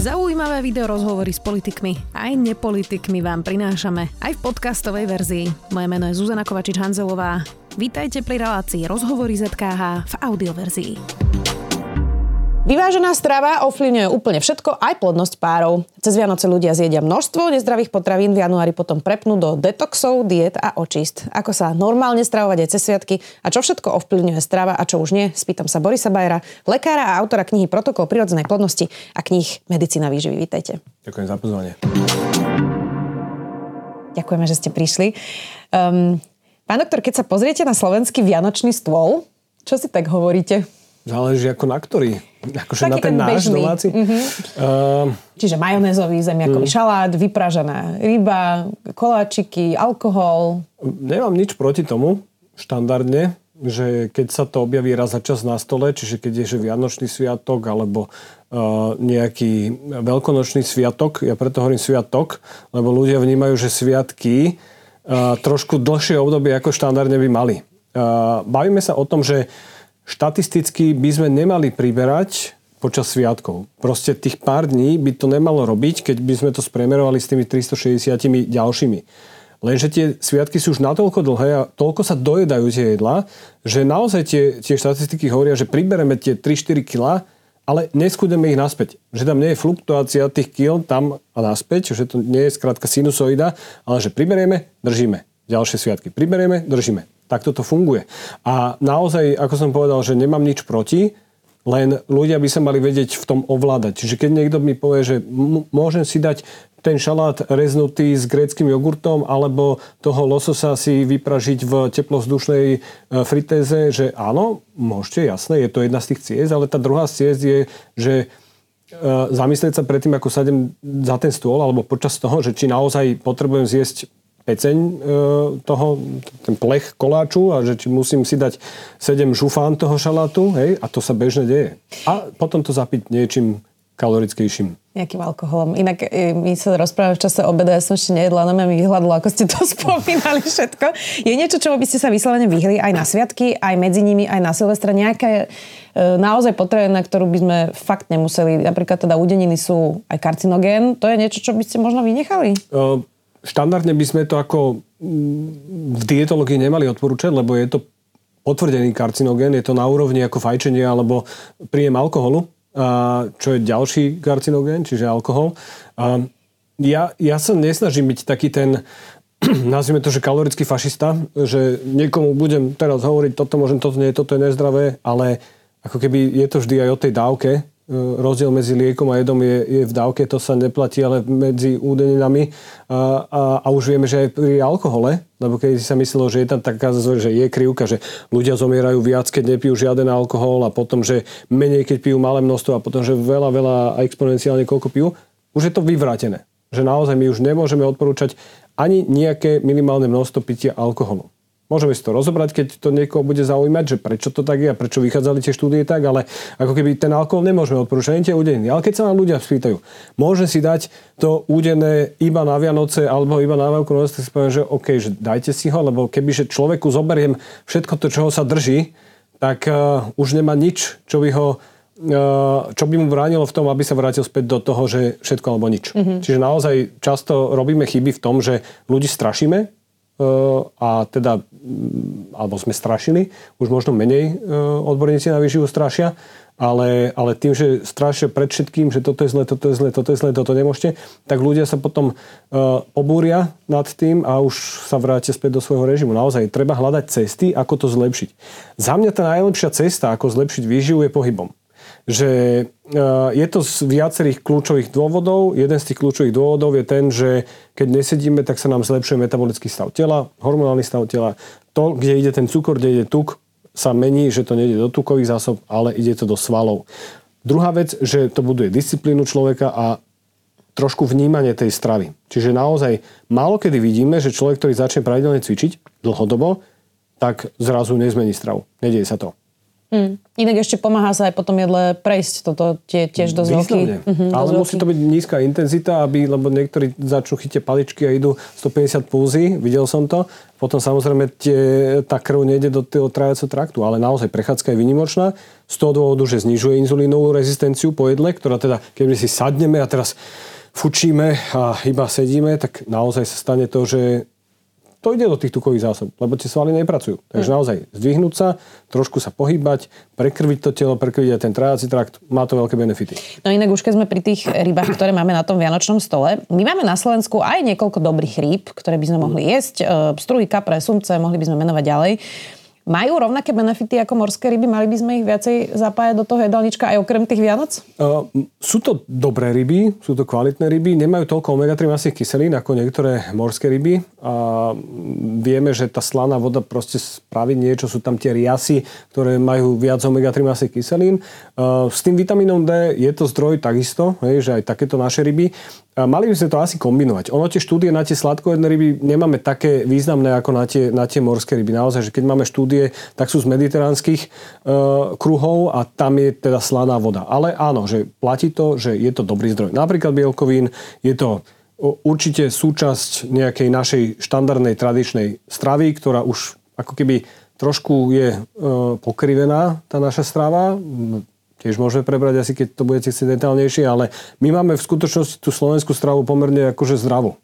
Zaujímavé videorozhovory s politikmi aj nepolitikmi vám prinášame aj v podcastovej verzii. Moje meno je Zuzana Kovačič-Hanzelová. Vítajte pri relácii Rozhovory ZKH v audioverzii. Vyvážená strava ovplyvňuje úplne všetko, aj plodnosť párov. Cez Vianoce ľudia zjedia množstvo nezdravých potravín, v januári potom prepnú do detoxov, diet a očist. Ako sa normálne stravovať aj cez sviatky a čo všetko ovplyvňuje strava a čo už nie, spýtam sa Borisa Bajera, lekára a autora knihy Protokol prirodzenej plodnosti a kníh Medicína výživy. Vítajte. Ďakujem za pozvanie. Ďakujeme, že ste prišli. Pán doktor, keď sa pozriete na slovenský vianočný stôl, čo si tak hovoríte? Záleží ako na ktorý. Akože na ten náš bežný. domáci. Čiže majonézový zemiakový šalát, vypražená ryba, koláčiky, alkohol. Nemám nič proti tomu, štandardne, že keď sa to objaví raz za čas na stole, čiže keď je že vianočný sviatok alebo nejaký veľkonočný sviatok, ja preto hovorím sviatok, lebo ľudia vnímajú, že sviatky trošku dlhšie obdobie ako štandardne by mali. Bavíme sa o tom, že štatisticky by sme nemali priberať počas sviatkov. Proste tých pár dní by to nemalo robiť, keď by sme to spriemerovali s tými 360 ďalšími. Lenže tie sviatky sú už natoľko dlhé a toľko sa dojedajú tie jedlá, že naozaj tie štatistiky hovoria, že pribereme tie 3-4 kg, ale neskúdeme ich naspäť. Že tam nie je fluktuácia tých kil tam a naspäť, že to nie je skrátka sinusoida, ale že priberieme, držíme. Ďalšie sviatky. Priberieme, držíme. Tak toto funguje. A naozaj, ako som povedal, že nemám nič proti, len ľudia by sa mali vedieť v tom ovládať. Čiže keď niekto mi povie, že môžem si dať ten šalát reznutý s gréckym jogurtom alebo toho lososa si vypražiť v teplozdušnej fritéze, že áno, môžete, jasné, je to jedna z tých ciest, ale tá druhá ciest je, že zamyslieť sa predtým, ako sadem za ten stôl alebo počas toho, že či naozaj potrebujem zjesť peceň ten plech koláču a že či musím si dať 7 žufán toho šalátu, hej, a to sa bežne deje. A potom to zapiť niečím kalorickejším. Nejakým alkoholom. Inak my sa rozprávame v čase obeda, ja som ešte nejedla, no mi vyhľadlo, ako ste to spomínali všetko. Je niečo, čomu by ste sa vyslovene vyhli aj na sviatky, aj medzi nimi, aj na Silvestra, nejaká naozaj potreba, na ktorú by sme fakt nemuseli, napríklad teda udeniny sú aj karcinogén, to je niečo, čo by ste možno vynechali? Štandardne by sme to ako v dietológii nemali odporúčať, lebo je to potvrdený karcinogén, je to na úrovni ako fajčenie alebo príjem alkoholu, čo je ďalší karcinogén, čiže alkohol. Ja sa nesnažím byť taký ten, nazvime to, že kalorický fašista, že niekomu budem teraz hovoriť, toto môžem, toto nie, toto je nezdravé, ale ako keby je to vždy aj o tej dávke. Rozdiel medzi liekom a jedom je v dávke, to sa neplatí, ale medzi údeninami. A už vieme, že aj pri alkohole, lebo keď si sa myslelo, že je tam taká, že je krivka, že ľudia zomierajú viac, keď nepijú žiaden alkohol a potom, že menej, keď pijú malé množstvo a potom, že veľa a exponenciálne koľko pijú, už je to vyvrátené. Že naozaj my už nemôžeme odporúčať ani nejaké minimálne množstvo pitia alkoholu. Môžeme si to rozobrať, keď to niekoho bude zaujímať, že prečo to tak je a prečo vychádzali tie štúdie tak, ale ako keby ten alkohol nemôžeme odporúčať, ani tie údeniny. Ale keď sa nám ľudia spýtajú, môžem si dať to údené iba na Vianoce alebo iba na Veľkú noc, tak si poviem, že OK, že dajte si ho, lebo kebyže človeku zoberiem všetko to, čoho sa drží, tak už nemá nič, čo by mu bránilo v tom, aby sa vrátil späť do toho, že všetko alebo nič. Mm-hmm. Čiže naozaj často robíme chyby v tom, že ľudí strašíme, a teda, alebo sme strašili, už možno menej odborníci na výživu strašia, ale tým, že strašia pred všetkým, že toto je zle, toto je zle, toto je zle, toto nemôžete, tak ľudia sa potom pobúria nad tým a už sa vrátia späť do svojho režimu. Naozaj treba hľadať cesty, ako to zlepšiť. Za mňa tá najlepšia cesta, ako zlepšiť výživu, je pohybom. Že je to z viacerých kľúčových dôvodov. Jeden z tých kľúčových dôvodov je ten, že keď nesedíme, tak sa nám zlepšuje metabolický stav tela, hormonálny stav tela. To, kde ide ten cukor, kde ide tuk, sa mení, že to nejde do tukových zásob, ale ide to do svalov. Druhá vec, že to buduje disciplínu človeka a trošku vnímanie tej stravy. Čiže naozaj málo kedy vidíme, že človek, ktorý začne pravidelne cvičiť dlhodobo, tak zrazu nezmení stravu. Nedieje sa to. Inak ešte pomáha sa aj po tom jedle prejsť. Toto tiež dosť veľký. Ale musí to byť nízka intenzita, lebo niektorí začnú chytiť paličky a idú 150 pulzy, videl som to. Potom samozrejme tá krv nejde do toho tráviaceho traktu, ale naozaj prechádzka je výnimočná. Z toho dôvodu, že znižuje inzulínovú rezistenciu po jedle, ktorá teda, keď si sadneme a teraz fučíme a iba sedíme, tak naozaj sa stane to, že to ide do tých tukových zásob, lebo tie svaly nepracujú. Takže naozaj zdvihnúť sa, trošku sa pohybať, prekrviť to telo, prekrviť aj ten tráviaci trakt, má to veľké benefity. No inak už keď sme pri tých rybách, ktoré máme na tom vianočnom stole, my máme na Slovensku aj niekoľko dobrých rýb, ktoré by sme mohli jesť, pstruhy, kapre, sumce, mohli by sme menovať ďalej. Majú rovnaké benefity ako morské ryby? Mali by sme ich viacej zapájať do toho jedálnička aj okrem tých Vianoc? Sú to dobré ryby, sú to kvalitné ryby, nemajú toľko omega-3 masných kyselín ako niektoré morské ryby. A vieme, že tá slaná voda proste spraví niečo, sú tam tie riasy, ktoré majú viac omega-3 masných kyselín. S tým vitamínom D je to zdroj takisto, že aj takéto naše ryby. Mali by sme to asi kombinovať. Ono tie štúdie na tie sladkojedné ryby nemáme také významné ako na tie morské ryby. Naozaj, že keď máme štúdie, tak sú z mediteránskych kruhov a tam je teda slaná voda. Ale áno, že platí to, že je to dobrý zdroj. Napríklad bielkovín, je to určite súčasť nejakej našej štandardnej tradičnej stravy, ktorá už ako keby trošku je pokrivená, tá naša strava. Tiež môžeme prebrať asi, keď to budete chcieť detálnejšie, ale my máme v skutočnosti tú slovenskú stravu pomerne akože zdravú.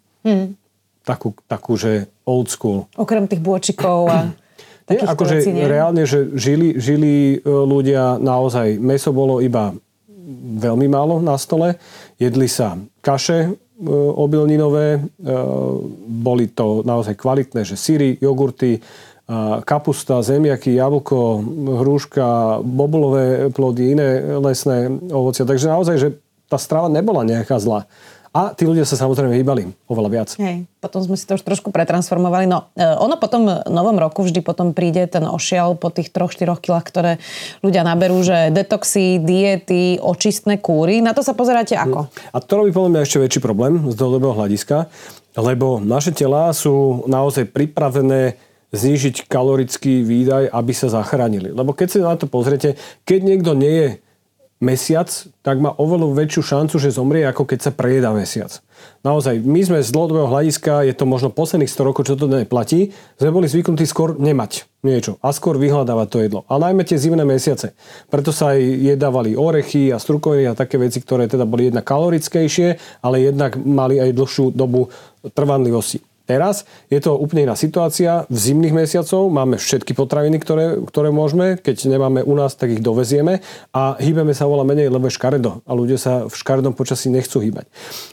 Takú, že old school. Okrem tých bôčikov a takýchto akože vecí, nie? Reálne, že žili ľudia naozaj, mäso bolo iba veľmi málo na stole. Jedli sa kaše obilninové, boli to naozaj kvalitné, že syry, jogurty, kapusta, zemiaky, jablko, hruška, bobulové plody, iné lesné ovocia. Takže naozaj, že tá strava nebola nejaká zlá. A tí ľudia sa samozrejme hýbali oveľa viac. Hej, potom sme si to už trošku pretransformovali. No, ono potom novom roku vždy potom príde ten ošial po tých 3-4 kilách, ktoré ľudia naberú, že detoxy, diety, očistné kúry. Na to sa pozeráte ako? A to robí podľa mňa ešte väčší problém z dlhodobého hľadiska, lebo naše telá sú naozaj pripravené znížiť kalorický výdaj, aby sa zachránili. Lebo keď sa na to pozriete, keď niekto nie je mesiac, tak má oveľa väčšiu šancu, že zomrie, ako keď sa prejedá mesiac. Naozaj, my sme z dlhodobého hľadiska, je to možno posledných 100 rokov, čo to neplatí, sme boli zvyknutí skôr nemať niečo a skôr vyhľadávať to jedlo. A najmä tie zimné mesiace. Preto sa aj jedávali orechy a strukoviny a také veci, ktoré teda boli jednak kalorickejšie, ale jednak mali aj dlhšiu dobu trvanlivosti. Teraz je to úplne iná situácia. V zimných mesiacov máme všetky potraviny, ktoré môžeme. Keď nemáme u nás, tak ich dovezieme a hýbeme sa oveľa menej, lebo je škaredo. A ľudia sa v škaredom počasí nechcú hýbať.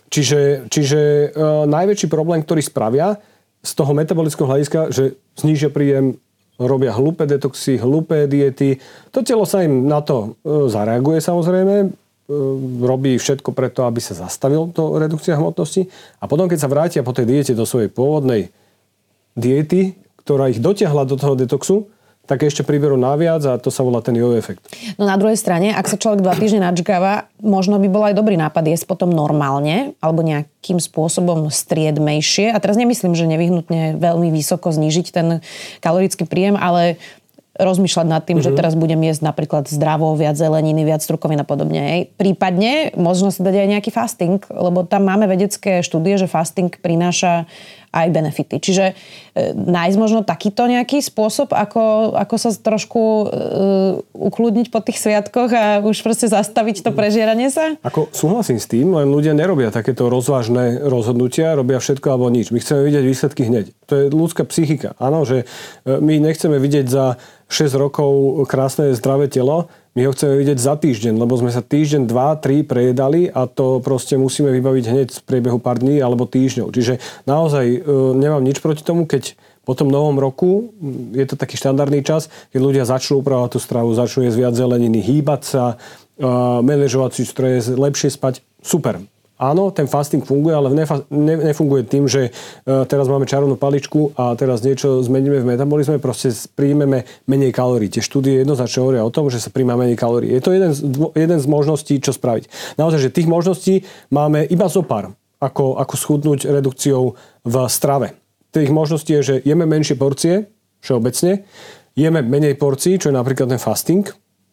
Čiže najväčší problém, ktorý spravia z toho metabolického hľadiska, že znížia príjem, robia hlúpe detoxy, hlúpe diety. To telo sa im na to zareaguje samozrejme. Robí všetko preto, aby sa zastavil to redukcia hmotnosti a potom, keď sa vrátia po tej diete do svojej pôvodnej diety, ktorá ich dotiahla do toho detoxu, tak ešte priberú naviac a to sa volá ten jojo efekt. No na druhej strane, ak sa človek 2 týždne nadžgáva, možno by bol aj dobrý nápad jesť potom normálne alebo nejakým spôsobom striedmejšie. A teraz nemyslím, že nevyhnutne veľmi vysoko znížiť ten kalorický príjem, ale rozmýšľať nad tým, že teraz budem jesť napríklad zdravo, viac zeleniny, viac strukovín a podobne. Prípadne možno si dať aj nejaký fasting, lebo tam máme vedecké štúdie, že fasting prináša aj benefity. Čiže nájsť možno takýto nejaký spôsob, ako sa trošku ukludniť po tých sviatkoch a už proste zastaviť to prežieranie sa? Ako súhlasím s tým, len ľudia nerobia takéto rozvážne rozhodnutia, robia všetko alebo nič. My chceme vidieť výsledky hneď. To je ľudská psychika. Áno, že my nechceme vidieť za 6 rokov krásne zdravé telo, my ho chceme vidieť za týždeň, lebo sme sa týždeň, 2, 3 prejedali a to proste musíme vybaviť hneď v priebehu pár dní alebo týždňov. Čiže naozaj nemám nič proti tomu, keď po tom novom roku, je to taký štandardný čas, keď ľudia začnú upravovať tú stravu, začnú jesť viac zeleniny, hýbať sa, manažovať si stres, lepšie spať, super. Áno, ten fasting funguje, ale nefunguje tým, že teraz máme čarovnú paličku a teraz niečo zmeníme v metabolizme, proste príjmeme menej kalórií. Tie štúdie jednoznačne hovoria o tom, že sa príjma menej kalórií. Je to jeden z možností, čo spraviť. Naozaj, že tých možností máme iba zopár, ako schudnúť redukciou v strave. Tých možností je, že jeme menšie porcie, všeobecne, jeme menej porcií, čo je napríklad ten fasting,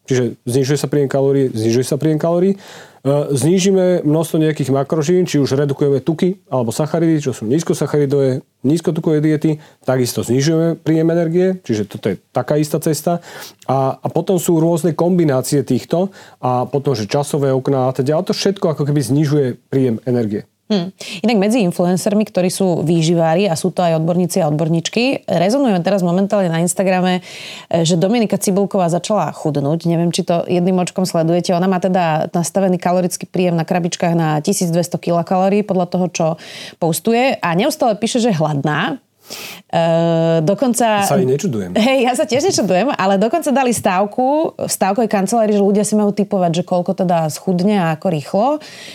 čiže znižuje sa príjem kalórií, znížime množstvo nejakých makroživín, či už redukujeme tuky alebo sacharidy, čo sú nízkosacharidové, nízkotukové diety, takisto znižujeme príjem energie, čiže toto je taká istá cesta. A potom sú rôzne kombinácie týchto a potom, že časové okná a teda, ale to všetko ako keby znižuje príjem energie. Inak medzi influencermi, ktorí sú výživári a sú to aj odborníci a odborníčky, rezonujem teraz momentálne na Instagrame, že Dominika Cibulková začala chudnúť. Neviem, či to jedným očkom sledujete. Ona má teda nastavený kalorický príjem na krabičkách na 1200 kilokalórií podľa toho, čo postuje a neustále píše, že je hladná. Dokonca... Sa aj nečudujem. Hej, ja sa tiež nečudujem, ale dokonca dali stávku v stávkovej kancelárii, že ľudia si majú tipovať, že koľko teda schudne a ako rýchlo.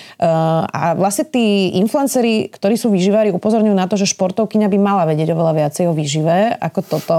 A vlastne tí influenceri, ktorí sú výživári, upozorňujú na to, že športovkyňa by mala vedieť oveľa viacej o výžive ako toto.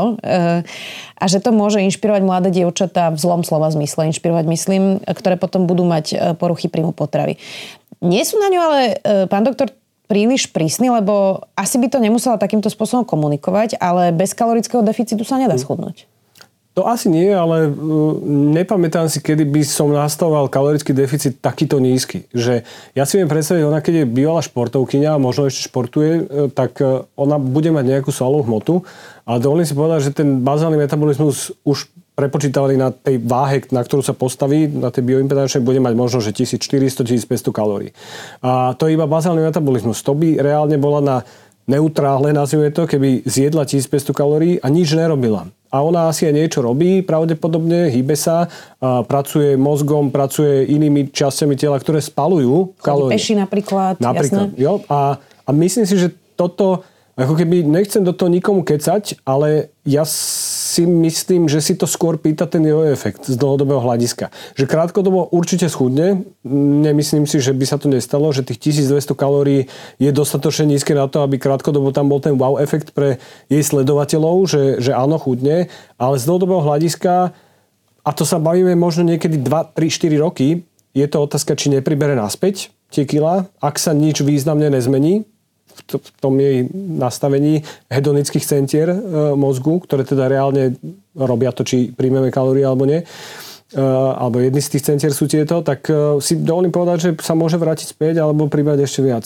A že to môže inšpirovať mladé dievčatá v zlom slova zmysle. Inšpirovať, myslím, ktoré potom budú mať poruchy príjmu potravy. Nie sú na ňu ale, pán doktor, príliš prísny, lebo asi by to nemusela takýmto spôsobom komunikovať, ale bez kalorického deficitu sa nedá schudnúť. To asi nie, ale nepamätám si, kedy by som nastavoval kalorický deficit takýto nízky. Že ja si viem predstaviť, ona keď je bývalá športovkyňa a možno ešte športuje, tak ona bude mať nejakú svalovú hmotu, ale dovolím si povedať, že ten bazálny metabolizmus už prepočítavaný na tej váhe, na ktorú sa postaví, na tej bioimpedančnej, bude mať možno, že 1400-1500 kalórií. A to je iba bazálny metabolizmus. To by reálne bola na neutrálne, nazvime to, keby zjedla 1500 kalórií a nič nerobila. A ona asi aj niečo robí, pravdepodobne, hýbe sa, pracuje mozgom, pracuje inými časťami tela, ktoré spalujú kalórie. Peši napríklad, jasné. Jo? A myslím si, že toto, ako keby, nechcem do toho nikomu kecať, ale ja si myslím, že si to skôr pýta ten jeho efekt z dlhodobého hľadiska. Že krátkodobo určite schudne, nemyslím si, že by sa to nestalo, že tých 1200 kalórií je dostatočne nízke na to, aby krátkodobo tam bol ten wow efekt pre jej sledovateľov, že áno, chudne, ale z dlhodobého hľadiska, a to sa bavíme možno niekedy 2, 3, 4 roky, je to otázka, či nepribere naspäť tie kilá, ak sa nič významne nezmení v tom jej nastavení hedonických centier mozgu, ktoré teda reálne robia to, či príjmeme kalórie alebo nie, alebo jedný z tých centier sú tieto, tak si dovolím povedať, že sa môže vrátiť späť alebo pribrať ešte viac.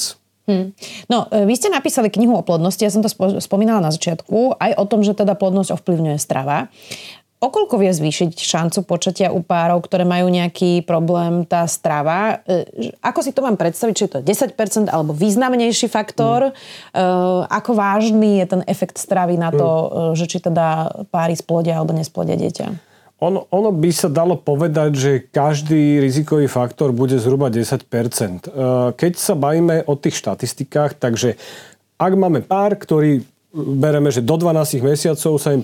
No, vy ste napísali knihu o plodnosti, ja som to spomínala na začiatku, aj o tom, že teda plodnosť ovplyvňuje strava. Okoľko vie zvýšiť šancu počatia u párov, ktoré majú nejaký problém, tá strava? Ako si to mám predstaviť? Či je to 10% alebo významnejší faktor? Ako vážny je ten efekt stravy na to, že či teda páry splodia alebo nesplodia dieťa? Ono by sa dalo povedať, že každý rizikový faktor bude zhruba 10%. Keď sa bavíme o tých štatistikách, takže ak máme pár, ktorý bereme, že do 12 mesiacov sa im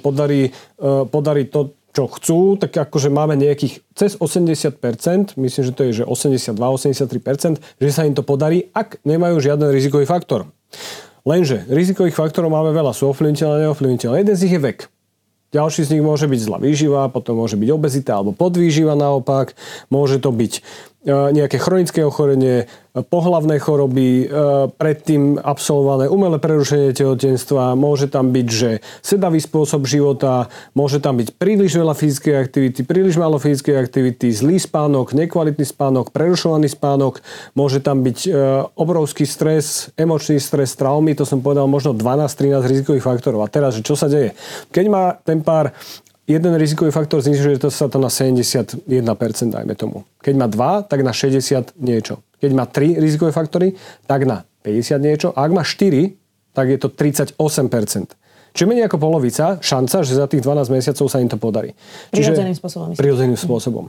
podarí to, čo chcú, tak akože máme nejakých cez 80%, myslím, že to je že 82-83%, že sa im to podarí, ak nemajú žiaden rizikový faktor. Lenže rizikových faktorov máme veľa, sú ovplyvniteľné a neovplyvniteľné. Jeden z nich je vek. Ďalší z nich môže byť zlá výživa, potom môže byť obezita alebo podvýživa naopak, môže to byť nejaké chronické ochorenie, pohlavné choroby, predtým absolvované umelé prerušenie tehotenstva, môže tam byť, že sedavý spôsob života, môže tam byť príliš veľa fyzickej aktivity, príliš málo fyzickej aktivity, zlý spánok, nekvalitný spánok, prerušovaný spánok, môže tam byť obrovský stres, emočný stres, traumy, to som povedal možno 12-13 rizikových faktorov. A teraz, že čo sa deje? Keď má ten pár jeden rizikový faktor, znižuje sa to na 71%, dajme tomu. Keď má 2, tak na 60 niečo. Keď má 3 rizikové faktory, tak na 50 niečo. A ak má 4, tak je to 38%. Čiže menej ako polovica šanca, že za tých 12 mesiacov sa im to podarí. Prirodzeným spôsobom. Prirodzeným spôsobom.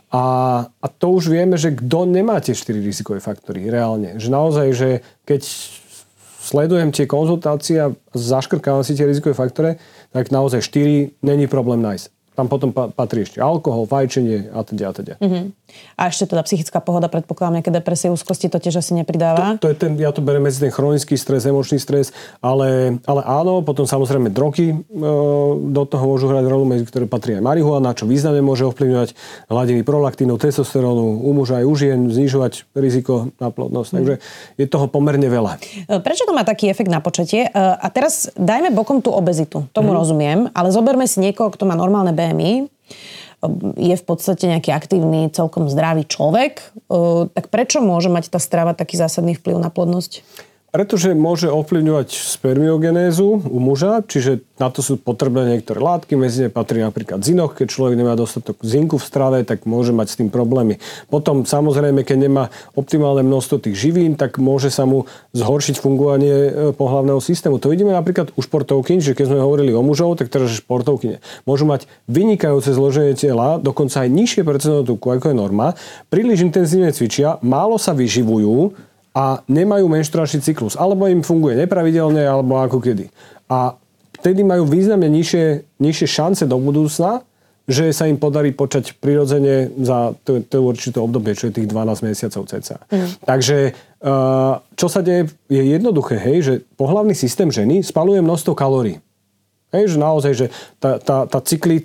A to už vieme, že kto nemá tie 4 rizikové faktory reálne. Že naozaj, že keď sledujem tie konzultácie a zaškrkávam si tie rizikové faktory, tak naozaj 4 není problém nájsť. Tam potom patrí ešte alkohol, fajčenie a teda. A ešte teda psychická pohoda, predpokladám, nejaké depresie, úzkosti, to tiež asi nepridáva? To je ja to beriem medzi ten chronický stres, emočný stres, ale áno, potom samozrejme drogy do toho môžu hrať rolu, medzi ktoré patrí aj marihuana, čo významne môže ovplyvňovať hladiny prolaktínov, testosterónu, u muža aj u žien, znižovať riziko na plodnosť. Takže je toho pomerne veľa. Prečo to má taký efekt na počatie? A teraz dajme bokom tú obezitu. Tomu rozumiem, ale zoberme si niekoho, kto má normálne BMI. je v podstate nejaký aktívny, celkom zdravý človek, tak prečo môže mať tá strava taký zásadný vplyv na plodnosť? Pretože môže ovplyvňovať spermiogenézu u muža, čiže na to sú potrebné niektoré látky, medzi ne patrí napríklad zinok, keď človek nemá dostatok zinku v strave, tak môže mať s tým problémy. Potom samozrejme, keď nemá optimálne množstvo tých živín, tak môže sa mu zhoršiť fungovanie pohlavného systému. To vidíme napríklad u športovkyň, že keď sme hovorili o mužov, tak teraz športovkyne môžu mať vynikajúce zloženie tela, dokonca aj nižšie percento tuku, ako je norma, príliš intenzívne cvičia, málo sa vyživujú a nemajú menštruačný cyklus. Alebo im funguje nepravidelne, alebo ako kedy. A vtedy majú významne nižšie šance do budúcna, že sa im podarí počať prirodzene za to určité obdobie, čo je tých 12 mesiacov cca. Takže čo sa deje, je jednoduché, hej, že pohlavný systém ženy spaluje množstvo kalórií. Hej, že naozaj, že tá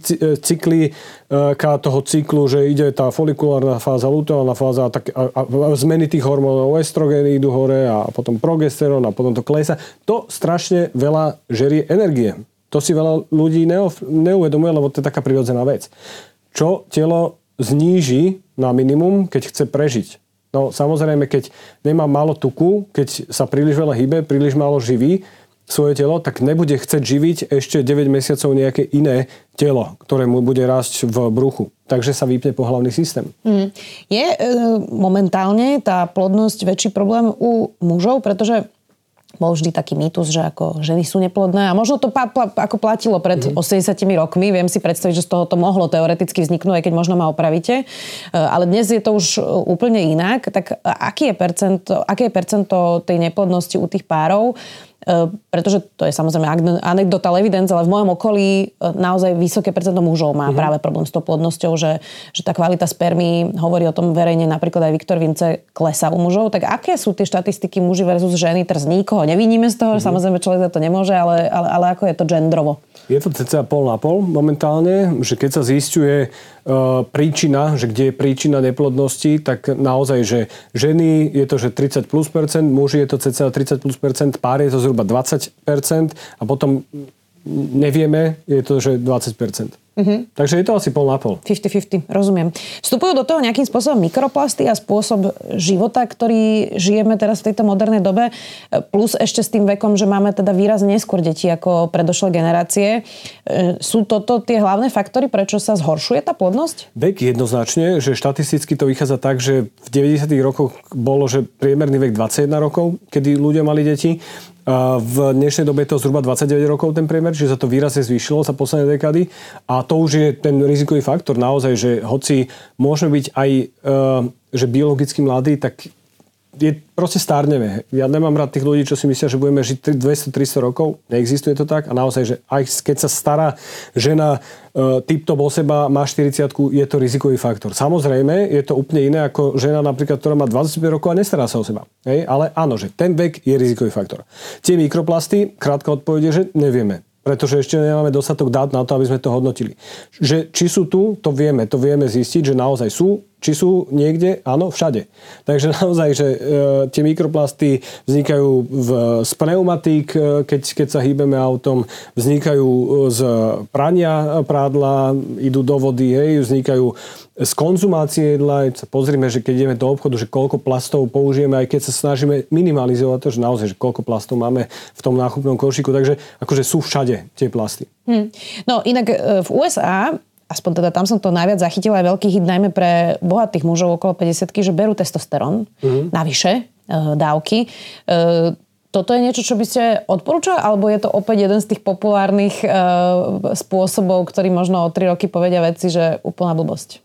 cyklika toho cyklu, že ide tá folikulárna fáza, luteálna fáza a zmeny tých hormónov, estrogény idú hore a potom progesterón a potom to klesa. To strašne veľa žerie energie. To si veľa ľudí neuvedomuje, lebo to je taká prirodzená vec. Čo telo zníži na minimum, keď chce prežiť? No samozrejme, keď nemá málo tuku, keď sa príliš veľa hýbe, príliš málo živí svoje telo, tak nebude chcieť živiť ešte 9 mesiacov nejaké iné telo, ktoré mu bude rásť v bruchu. Takže sa vypne pohlavný systém. Je momentálne tá plodnosť väčší problém u mužov, pretože bol vždy taký mýtus, že ako ženy sú neplodné a možno to ako platilo pred 80 rokmi. Viem si predstaviť, že z toho to mohlo teoreticky vzniknúť, aj keď možno ma opravíte. Ale dnes je to už úplne inak. Tak aké je percento tej neplodnosti u tých párov? Pretože to je samozrejme anekdotal evidence, ale v mojom okolí naozaj vysoké percento mužov má práve problém s tou plodnosťou, že tá kvalita spermí, hovorí o tom verejne napríklad aj Viktor Vince, klesá u mužov. Tak aké sú tie štatistiky muži versus ženy? Teraz nikoho neviníme z toho, samozrejme človek za to nemôže, ale ako je to gendrovo? Je to cca pol na pol momentálne, že keď sa zisťuje príčina, že kde je príčina neplodnosti, tak naozaj, že ženy je to, že 30+%, muži je to cca 30+%, pár je to zhruba 20% a potom nevieme, je to, že 20%. Takže je to asi pol na pol. 50-50, rozumiem. Vstupujú do toho nejakým spôsobom mikroplasty a spôsob života, ktorý žijeme teraz v tejto modernej dobe, plus ešte s tým vekom, že máme teda výrazne neskôr deti ako predošlé generácie. Sú toto tie hlavné faktory, prečo sa zhoršuje tá plodnosť? Vek jednoznačne, že štatisticky to vychádza tak, že v 90. rokoch bolo, že priemerný vek 21 rokov, kedy ľudia mali deti. V dnešnej dobe je to zhruba 29 rokov ten priemer, čiže sa to výrazne zvýšilo za posledné dekády. A to už je ten rizikový faktor. Naozaj, že hoci môžeme byť aj že biologicky mladí, tak proste stárneme. Ja nemám rád tých ľudí, čo si myslia, že budeme žiť 200-300 rokov. Neexistuje to tak. A naozaj, že aj keď sa stará žena tip-top o seba, má 40-ku, je to rizikový faktor. Samozrejme, je to úplne iné ako žena napríklad, ktorá má 25 rokov a nestará sa o seba. Hej? Ale áno, že ten vek je rizikový faktor. Tie mikroplasty, krátka odpoveď je, že nevieme. Pretože ešte nemáme dostatok dát na to, aby sme to hodnotili. Že či sú tu, to vieme zistiť, že naozaj sú. Či sú niekde? Áno, všade. Takže naozaj, že tie mikroplasty vznikajú z pneumatík, keď sa hýbeme autom, vznikajú z prania prádla, idú do vody, hej, vznikajú z konzumácie jedla. Pozrime, že keď ideme do obchodu, že koľko plastov použijeme, aj keď sa snažíme minimalizovať to, že naozaj, že koľko plastov máme v tom nákupnom košíku. Takže akože sú všade tie plasty. No inak v USA, aspoň teda tam som to najviac zachytila, aj veľký hit najmä pre bohatých mužov okolo 50-ky, že berú testosterón navyše dávky. Toto je niečo, čo by ste odporúčali? Alebo je to opäť jeden z tých populárnych spôsobov, ktorý možno o 3 roky povedia veci, že úplná blbosť?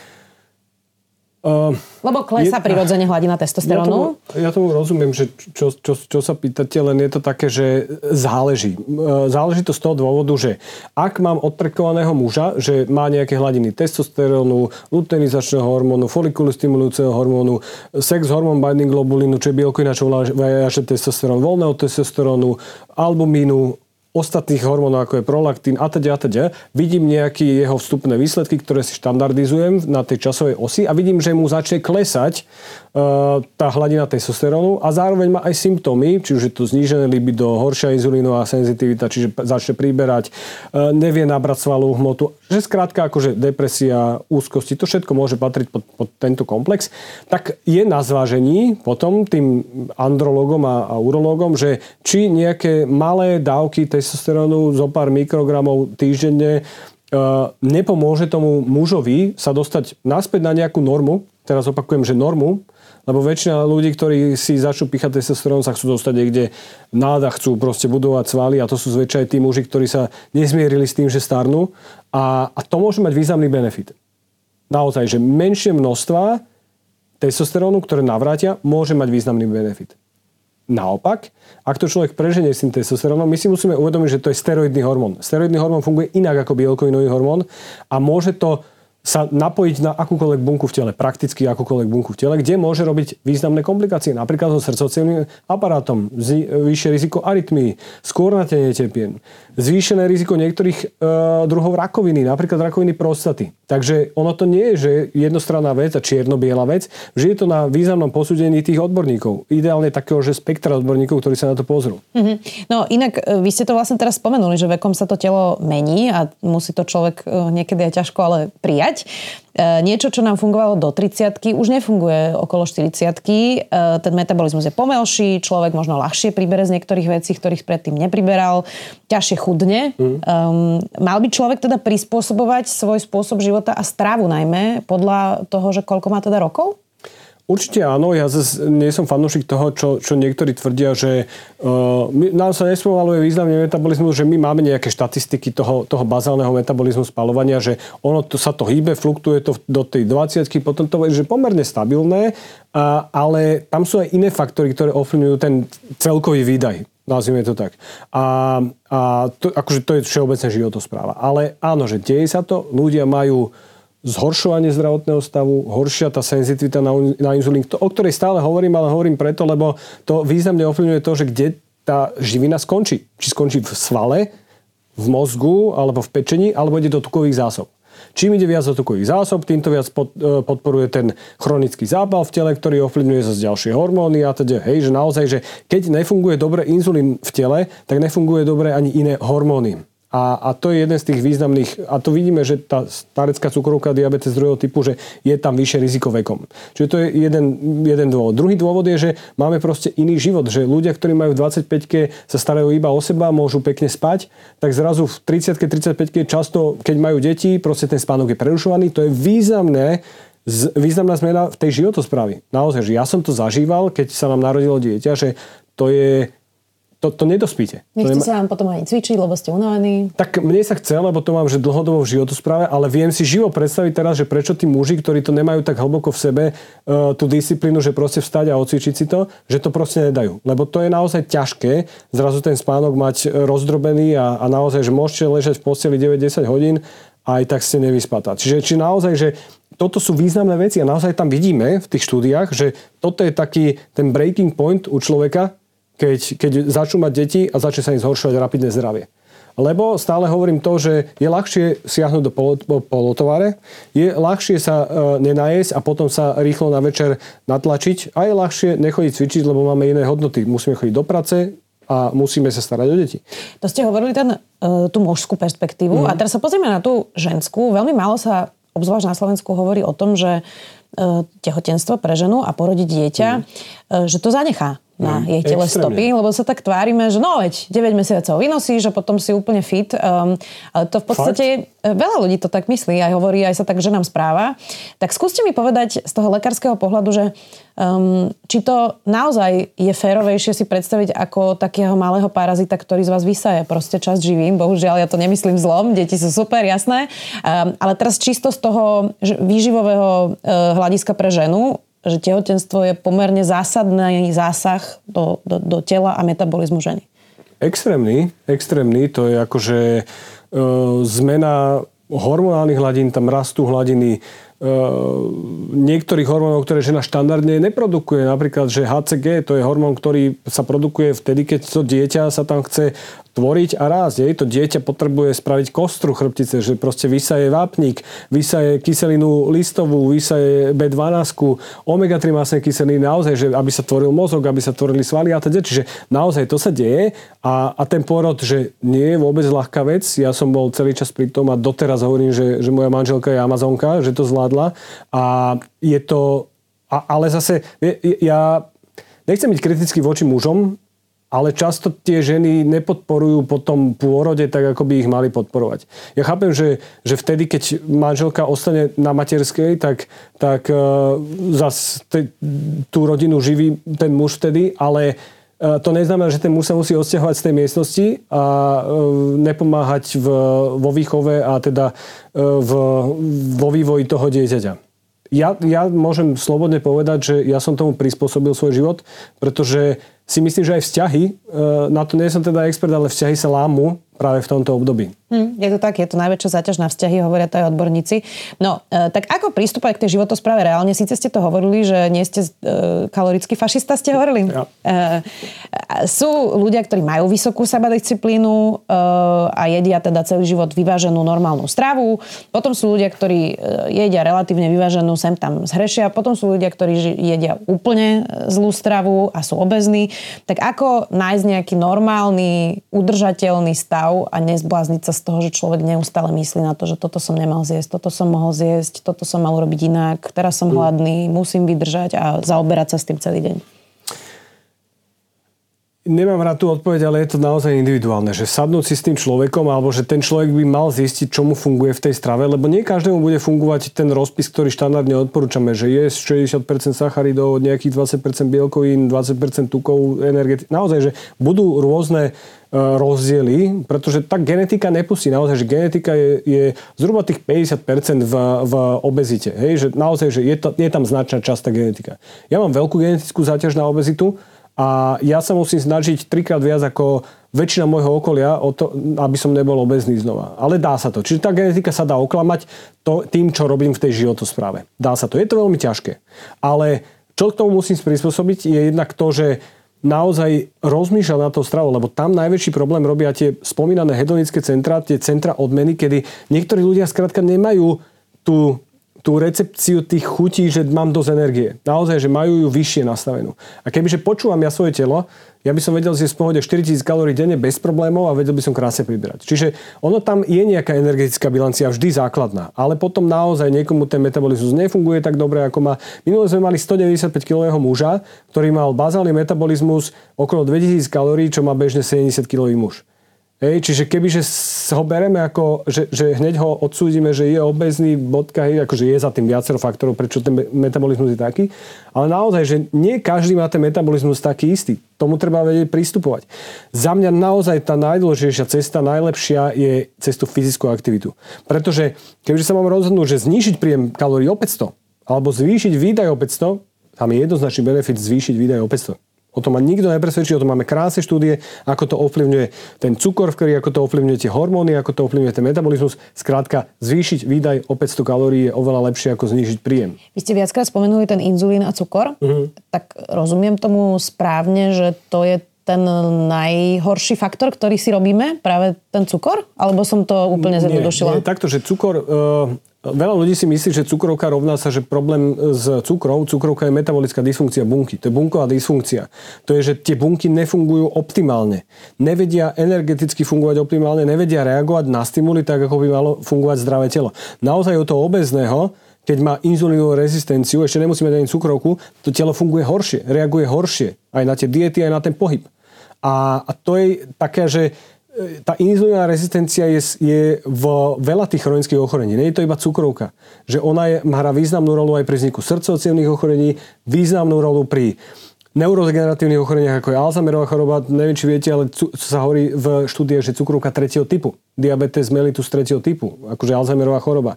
Lebo klesá prirodzene hladina testosterónu. Ja tomu rozumiem, že čo sa pýtate, len je to také, že záleží. Záleží to z toho dôvodu, že ak mám odtrekovaného muža, že má nejaké hladiny testosterónu, luteinizačného hormónu, folikulostimulujúceho hormónu, sex hormón binding globulínu, čo je bielkovina, čo vláže testosterón, voľného testosterónu, albumínu, ostatných hormónov, ako je prolaktín a teda. Vidím nejaké jeho vstupné výsledky, ktoré si štandardizujem na tej časovej osi a vidím, že mu začne klesať tá hladina testosterónu a zároveň má aj symptómy, či už je to znížené libido, horšia inzulínová senzitivita, čiže začne priberať, nevie nabrať svalovú hmotu, že skrátka akože depresia, úzkosti, to všetko môže patriť pod tento komplex, tak je na zvážení potom tým andrologom a urologom, že či nejaké malé dávky testosterónu zo pár mikrogramov týždenne nepomôže tomu mužovi sa dostať naspäť na nejakú normu. Teraz opakujem, že normu, lebo väčšina ľudí, ktorí si začnú píchať testosterón, sa chcú dostať niekde v nádach, chcú proste budovať svaly a to sú zväčša aj tí muži, ktorí sa nezmierili s tým, že starnú a to môže mať významný benefit. Naozaj, že menšie množstva testosterónu, ktoré navrátia, môže mať významný benefit. Naopak, ak to človek preženie s tým testosterónom, my si musíme uvedomiť, že to je steroidný hormón. Steroidný hormón funguje inak ako bielkovinový hormón a môže to sa napojiť na akúkoľvek bunku v tele, prakticky akúkoľvek bunku v tele, kde môže robiť významné komplikácie, napríklad so srdcovo-cievnym aparátom, vyššie riziko arytmii, skôrnatenie tepien, zvýšené riziko niektorých druhov rakoviny, napríklad rakoviny prostaty. Takže ono to nie je, že jednostranná vec a čierno-biela vec, že je to na významnom posúdení tých odborníkov. Ideálne takého, že spektra odborníkov, ktorí sa na to pozrú. Mm-hmm. No inak vy ste to vlastne teraz spomenuli, že vekom sa to telo mení a musí to človek niekedy aj ťažko ale prijať. Niečo, čo nám fungovalo do 30-ky, už nefunguje okolo 40-ky. Ten metabolizmus je pomalší, človek možno ľahšie pribere z niektorých vecí, ktorých predtým nepriberal, ťažšie chudne. Mal by človek teda prispôsobovať svoj spôsob života a stravu najmä podľa toho, že koľko má teda rokov? Určite áno, ja zase nie som fanúšik toho, čo niektorí tvrdia, že nám sa nespomaluje významný metabolizmus, že my máme nejaké štatistiky toho bazálneho metabolizmu spaľovania, že ono sa to hýbe, fluktuje to do tej 20-ky, potom to je že pomerne stabilné, ale tam sú aj iné faktory, ktoré ovplyvňujú ten celkový výdaj. Nazvime to tak. A to, akože to je všeobecné životospráva. Ale áno, že deje sa to, ľudia majú zhoršovanie zdravotného stavu, horšia tá senzitivita na inzulín, o ktorej stále hovorím, ale hovorím preto, lebo to významne ovplyvňuje to, že kde tá živina skončí. Či skončí v svale, v mozgu, alebo v pečení, alebo ide do tukových zásob. Čím ide viac do tukových zásob, týmto viac podporuje ten chronický zápal v tele, ktorý ovplyvňuje zase ďalšie hormóny a teda, hej, že naozaj, že keď nefunguje dobre inzulín v tele, tak nefunguje dobre ani iné hormóny. A to je jeden z tých významných, a to vidíme, že tá starecká cukrovka, diabetes druhého typu, že je tam vyššie riziko vekom. Čiže to je jeden dôvod. Druhý dôvod je, že máme proste iný život, že ľudia, ktorí majú v 25-ke sa starajú iba o seba, môžu pekne spať, tak zrazu v 30-ke, 35-ke často, keď majú deti, proste ten spánok je prerušovaný. To je významná zmena v tej životosprávy. Naozaj, že ja som to zažíval, keď sa nám narodilo dieťa, že to je to nedospíte. Nechce sa vám potom ani cvičiť, lebo ste unavení? Tak mne sa chce, lebo to mám že dlhodobo v životospráve, ale viem si živo predstaviť teraz, že prečo tí muži, ktorí to nemajú tak hlboko v sebe, tú disciplínu, že proste vstať a odcvičiť si to, že to proste nedajú. Lebo to je naozaj ťažké, zrazu ten spánok mať rozdrobený a naozaj, že môžete ležať v posteli 9-10 hodín a aj tak ste nevyspatá. Čiže naozaj, že toto sú významné veci a naozaj tam vidíme v tých štúdiách, že toto je taký ten breaking point u človeka, keď začnú mať deti a začne sa im zhoršovať rapidné zdravie. Lebo stále hovorím to, že je ľahšie siahnuť do polotováre, je ľahšie sa nenajesť a potom sa rýchlo na večer natlačiť a je ľahšie nechodiť cvičiť, lebo máme iné hodnoty. Musíme chodiť do práce a musíme sa starať o deti. To ste hovorili tú mužskú perspektívu a teraz sa pozrieme na tú ženskú. Veľmi málo sa, obzvlášť na Slovensku, hovorí o tom, že tehotenstvo pre ženu a porodiť dieťa, že to zanechá na jej tele stopy, lebo sa tak tvárime, že no veď 9 mesiacov vynosíš a potom si úplne fit. Ale to v podstate veľa ľudí to tak myslí, aj hovorí, aj sa tak ženám správa. Tak skúste mi povedať z toho lekárskeho pohľadu, že či to naozaj je férovejšie si predstaviť ako takého malého parazita, ktorý z vás vysaje proste časť živým. Bohužiaľ, ja to nemyslím zlom, deti sú super, jasné. Ale teraz čisto z toho výživového hľadiska pre ženu, že tehotenstvo je pomerne zásadný zásah do tela a metabolizmu ženy. Extrémny, to je akože zmena hormonálnych hladín, tam rastú hladiny niektorých hormónov, ktoré žena štandardne neprodukuje. Napríklad, že HCG, to je hormón, ktorý sa produkuje vtedy, keď to dieťa sa tam chce tvoriť a rásť. To dieťa potrebuje spraviť kostru chrbtice, že proste vysaje vápnik, vysaje kyselinu listovú, vysaje B12, omega-3 masné kyseliny, naozaj, že aby sa tvoril mozog, aby sa tvorili svaly a teda. Čiže naozaj to sa deje a ten pôrod, že nie je vôbec ľahká vec. Ja som bol celý čas pri tom a doteraz hovorím, že moja manželka je Amazonka, že to zvládla a je to... Ale zase ja nechcem byť kritický voči mužom, ale často tie ženy nepodporujú po tom pôrode tak, ako by ich mali podporovať. Ja chápem, že vtedy, keď manželka ostane na materskej, tak zase tú rodinu živí ten muž vtedy, ale to neznamená, že ten muž sa musí odsťahovať z tej miestnosti a nepomáhať vo výchove a teda vo vývoji toho dieťaťa. Ja môžem slobodne povedať, že ja som tomu prispôsobil svoj život, pretože si myslím, že aj vzťahy, na to nie som teda expert, ale vzťahy sa lámu práve v tomto období. Je to tak, je to najväčšia záťaž na vzťahy, hovoria to aj odborníci. No, tak ako pristúpať k tej životospráve reálne? Síce ste to hovorili, že nie ste kalorický fašista, ste hovorili. Ja. Sú ľudia, ktorí majú vysokú sebadisciplínu a jedia teda celý život vyváženú normálnu stravu. Potom sú ľudia, ktorí jedia relatívne vyváženú, sem tam zhrešia. Potom sú ľudia, ktorí jedia úplne zlú stravu a sú obézni. Tak ako nájsť nejaký normálny, udržateľný stav a nezblázniť sa z toho, že človek neustále myslí na to, že toto som nemal zjesť, toto som mohol zjesť, toto som mal robiť inak, teraz som hladný, musím vydržať a zaoberať sa s tým celý deň. Nemám rád tú odpoveď, ale je to naozaj individuálne, že sadnúť si s tým človekom, alebo že ten človek by mal zistiť, čo mu funguje v tej strave, lebo nie každému bude fungovať ten rozpis, ktorý štandardne odporúčame, že je 60% sacharidov, nejakých 20% bielkovín, 20% tukov, energetiky. Naozaj, že budú rôzne rozdiely, pretože tá genetika nepustí. Naozaj, že genetika je zhruba tých 50% v obezite. Hej? Že naozaj, že je tam značná časť tá genetika. Ja mám veľkú genetickú záťaž na obezitu, a ja sa musím snažiť 3-krát viac ako väčšina môjho okolia o to, aby som nebol obézny znova. Ale dá sa to. Čiže tá genetika sa dá oklamať tým, čo robím v tej životospráve. Dá sa to. Je to veľmi ťažké. Ale čo k tomu musím prispôsobiť, je jednak to, že naozaj rozmýšľať na tou stravou, lebo tam najväčší problém robia tie spomínané hedonické centra, tie centra odmeny, kedy niektorí ľudia skrátka nemajú tú recepciu tých chutí, že mám dosť energie. Naozaj, že majú ju vyššie nastavenú. A kebyže počúvam ja svoje telo, ja by som vedel zjesť v pohode 4000 kalórií denne bez problémov a vedel by som krásne priberať. Čiže ono tam je nejaká energetická bilancia vždy základná, ale potom naozaj niekomu ten metabolizmus nefunguje tak dobre, ako má. Minule sme mali 195-kilového muža, ktorý mal bazálny metabolizmus okolo 2000 kalórií, čo má bežne 70-kilový muž. Čiže kebyže ho bereme ako, že hneď ho odsúdime, že je obézny, akože je za tým viacero faktorov, prečo ten metabolizmus je taký. Ale naozaj, že nie každý má ten metabolizmus taký istý. Tomu treba vedieť pristupovať. Za mňa naozaj tá najdôležitejšia cesta, najlepšia je cez tú fyzickú aktivitu. Pretože kebyže sa mám rozhodnúť, že znížiť príjem kalórií o 500 alebo zvýšiť výdaj o 500, tam je jednoznačný benefit zvýšiť výdaj o 500. O tom ma nikto nepresvedčí, o tom máme krásne štúdie, ako to ovplyvňuje ten cukor v krvi, ako to ovplyvňuje tie hormóny, ako to ovplyvňuje ten metabolizmus. Skrátka, zvýšiť výdaj o 500 kalórií je oveľa lepšie ako znížiť príjem. Vy ste viackrát spomenuli ten inzulín a cukor. Tak rozumiem tomu správne, že to je ten najhorší faktor, ktorý si robíme, práve ten cukor? Alebo som to úplne zjednodušila? Nie, takto, že cukor... Veľa ľudí si myslí, že cukrovka rovná sa, že problém s cukrovka je metabolická dysfunkcia bunky. To je bunková dysfunkcia. To je, že tie bunky nefungujú optimálne. Nevedia energeticky fungovať optimálne, nevedia reagovať na stimuly tak, ako by malo fungovať zdravé telo. Naozaj od toho obézneho, keď má inzulínovú rezistenciu, ešte nemusíme dať čukrovku, to telo funguje horšie, reaguje horšie. Aj na tie diety, aj na ten pohyb. A to je také, že tá inzulínová rezistencia je v veľa tých chronických ochorení. Nie je to iba cukrovka. Že ona hrá významnú rolu aj pri vzniku srdcovo-cievnych ochorení, významnú rolu pri neurodegeneratívnych ochoreniach, ako je Alzheimerová choroba. Neviem, či viete, ale sa hovorí v štúdiách, že cukrovka 3. typu. Diabetes mellitus 3. typu. Akože Alzheimerová choroba.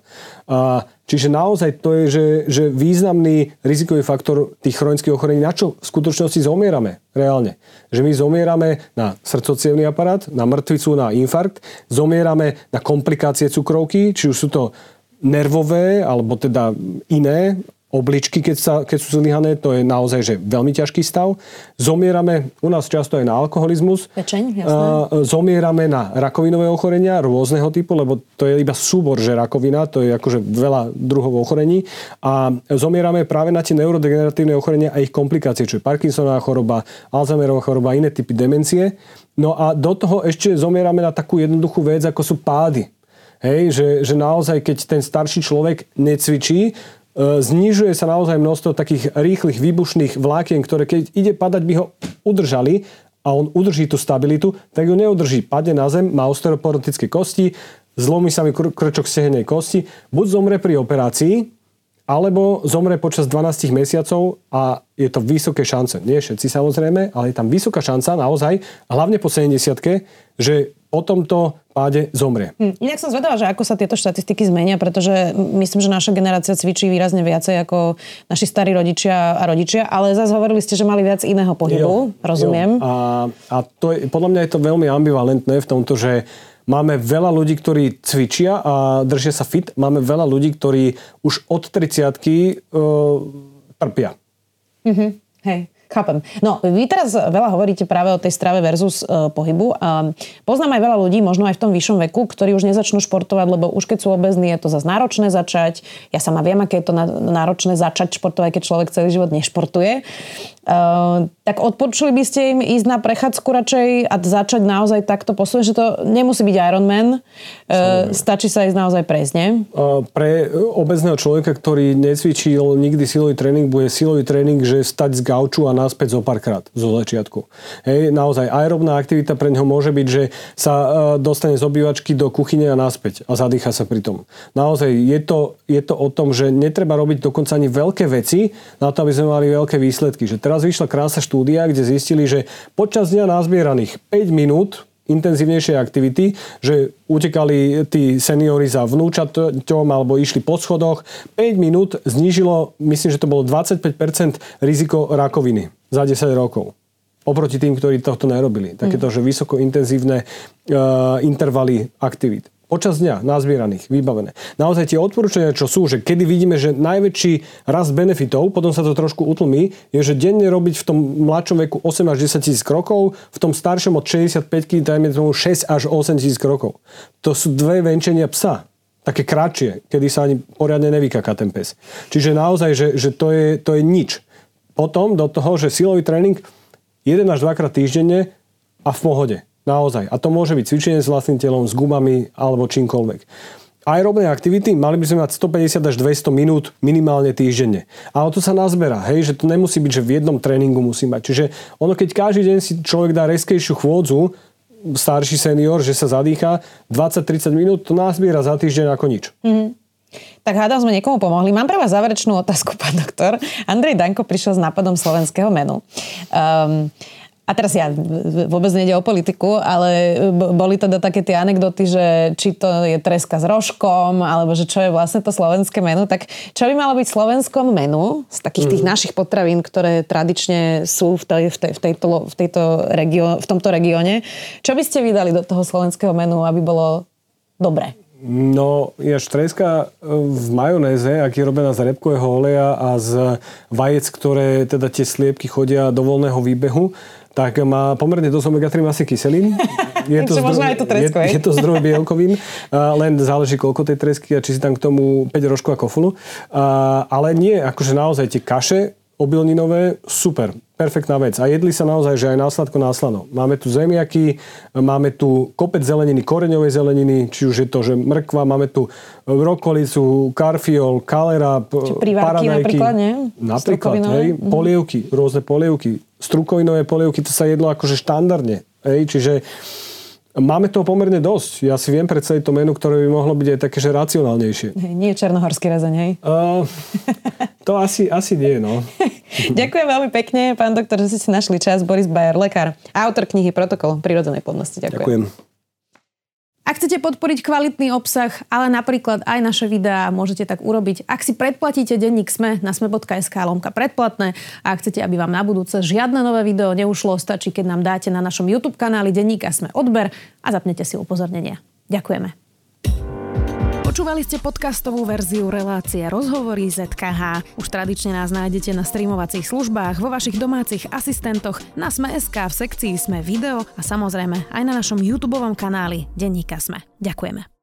Čiže naozaj to je, že významný rizikový faktor tých chronických ochorení, na čo v skutočnosti zomierame reálne. Že my zomierame na srdcovo-cievny aparát, na mŕtvicu, na infarkt, zomierame na komplikácie cukrovky, či už sú to nervové, alebo teda iné, obličky, keď sú zlyhané, to je naozaj že veľmi ťažký stav. Zomierame, u nás často aj na alkoholizmus. Pečeň, jasné. Zomierame na rakovinové ochorenia rôzneho typu, lebo to je iba súbor, že rakovina, to je akože veľa druhov ochorení. A zomierame práve na tie neurodegeneratívne ochorenia a ich komplikácie, čo je Parkinsonová choroba, Alzheimerová choroba, iné typy demencie. No a do toho ešte zomierame na takú jednoduchú vec, ako sú pády. Hej, že naozaj, keď ten starší človek necvičí, znižuje sa naozaj množstvo takých rýchlych výbušných vlákien, ktoré keď ide padať, by ho udržali a on udrží tú stabilitu, tak ju neudrží. Padne na zem, má osteoporotické kosti, zlomí sa mi krčok stehennej kosti, buď zomre pri operácii, alebo zomre počas 12 mesiacov a je to vysoké šance. Nie všetci samozrejme, ale je tam vysoká šanca naozaj, hlavne po 70-ke, že po tomto páde zomrie. Inak som zvedala, že ako sa tieto štatistiky zmenia, pretože myslím, že naša generácia cvičí výrazne viacej ako naši starí rodičia, ale zase hovorili ste, že mali viac iného pohybu, rozumiem. A to je, podľa mňa je to veľmi ambivalentné v tomto, že máme veľa ľudí, ktorí cvičia a držia sa fit. Máme veľa ľudí, ktorí už od 30-ky trpia. Hej. Chápem. No, vy teraz veľa hovoríte práve o tej strave versus pohybu. Poznám aj veľa ľudí, možno aj v tom vyššom veku, ktorí už nezačnú športovať, lebo už keď sú obézní, je to zase náročné začať. Ja sama viem, aké je to náročné začať športovať, keď človek celý život nešportuje. Tak odporúčili by ste im ísť na prechádzku radšej a začať naozaj takto posunúť, že to nemusí byť Ironman. Stačí sa ísť naozaj prejsť, nie? Pre obézneho človeka, ktorý necvičil nikdy silový tréning, bude silový tréning, že stať z gauču a naspäť zo párkrát zo začiatku. Hej, naozaj aerobná aktivita pre neho môže byť, že sa dostane z obývačky do kuchyne a naspäť a zadýcha sa pri tom. Naozaj je to o tom, že netreba robiť dokonca ani veľké veci na to, aby sme mali veľké výsledky. Že teraz vyšla krásna štúdia, kde zistili, že počas dňa nazbieraných 5 minút intenzívnejšej aktivity, že utekali tí seniori za vnúčaťom alebo išli po schodoch. 5 minút znížilo, myslím, že to bolo 25% riziko rakoviny za 10 rokov. Oproti tým, ktorí tohto nerobili. Takéto, že vysoko intenzívne intervaly aktivít. Počas dňa nazbieraných, vybavené. Naozaj tie odporúčania, čo sú, že kedy vidíme, že najväčší rast benefitov, potom sa to trošku utlmí, je, že denne robiť v tom mladšom veku 8 až 10 tisíc krokov, v tom staršom od 65-ky dajme tomu 6 až 8 tisíc krokov. To sú 2 venčenia psa. Také kratšie, kedy sa ani poriadne nevykaká ten pes. Čiže naozaj, že to je nič. Potom do toho, že silový tréning 1 až 2 krát týždenne a v pohode. Naozaj. A to môže byť cvičenie s vlastným telom, s gumami alebo čímkoľvek. Aerobné aktivity mali by sme mať 150 až 200 minút minimálne týždenne. Ale to sa nazberá, hej, že to nemusí byť, že v jednom tréningu musí mať. Čiže ono, keď každý deň si človek dá reskejšiu chôdzu, starší senior, že sa zadýcha, 20-30 minút, to nazbiera za týždeň ako nič. Tak hádam, sme niekomu pomohli. Mám pre vás záverečnú otázku, pán doktor. Andrej Danko prišiel s nápadom slovenského menu. A teraz ja vôbec nejde o politiku, ale boli teda také tie anekdoty, že či to je treska s rožkom, alebo že čo je vlastne to slovenské menu. Tak čo by malo byť slovenskom menu z takých tých našich potravín, ktoré tradične sú v tomto regióne? Čo by ste vydali do toho slovenského menu, aby bolo dobré? No, treska v majonéze, ak je robená z repkového oleja a z vajec, ktoré teda tie sliepky chodia do voľného výbehu, tak má pomerne dosť omega-3 masy kyselín. Je to zdroj bielkovín, len záleží koľko tej tresky a či si tam k tomu 5 rožkov a kofolu. Ale nie, akože naozaj tie kaše obilninové, super, perfektná vec. A jedli sa naozaj, že aj na sladko, na slano. Máme tu zemiaky, máme tu kopec zeleniny, koreňovej zeleniny, či už je to, že mrkva, máme tu brokolicu, karfiol, kalera, paradajky. Napríklad, nie? Napríklad, hej, polievky, rôzne polievky. Strukovinové polievky, to sa jedlo akože štandardne. Hej, čiže máme toho pomerne dosť. Ja si viem predstaviť to menu, ktoré by mohlo byť aj také, že racionálnejšie. Nie černohorský rezeň, hej? To asi nie, no. Ďakujem veľmi pekne, pán doktor, že ste si našli čas. Boris Bajer, lekár, autor knihy Protokol prirodzenej plodnosti. Ďakujem. Ak chcete podporiť kvalitný obsah, ale napríklad aj naše videá, môžete tak urobiť. Ak si predplatíte denník SME na sme.sk/predplatné a ak chcete, aby vám na budúce žiadne nové video neušlo, stačí, keď nám dáte na našom YouTube kanáli denníka SME odber a zapnete si upozornenia. Ďakujeme. Počúvali ste podcastovú verziu relácie Rozhovory ZKH. Už tradične nás nájdete na streamovacích službách, vo vašich domácich asistentoch, na Sme.sk, v sekcii Sme video a samozrejme aj na našom YouTubeovom kanáli Denníka Sme. Ďakujeme.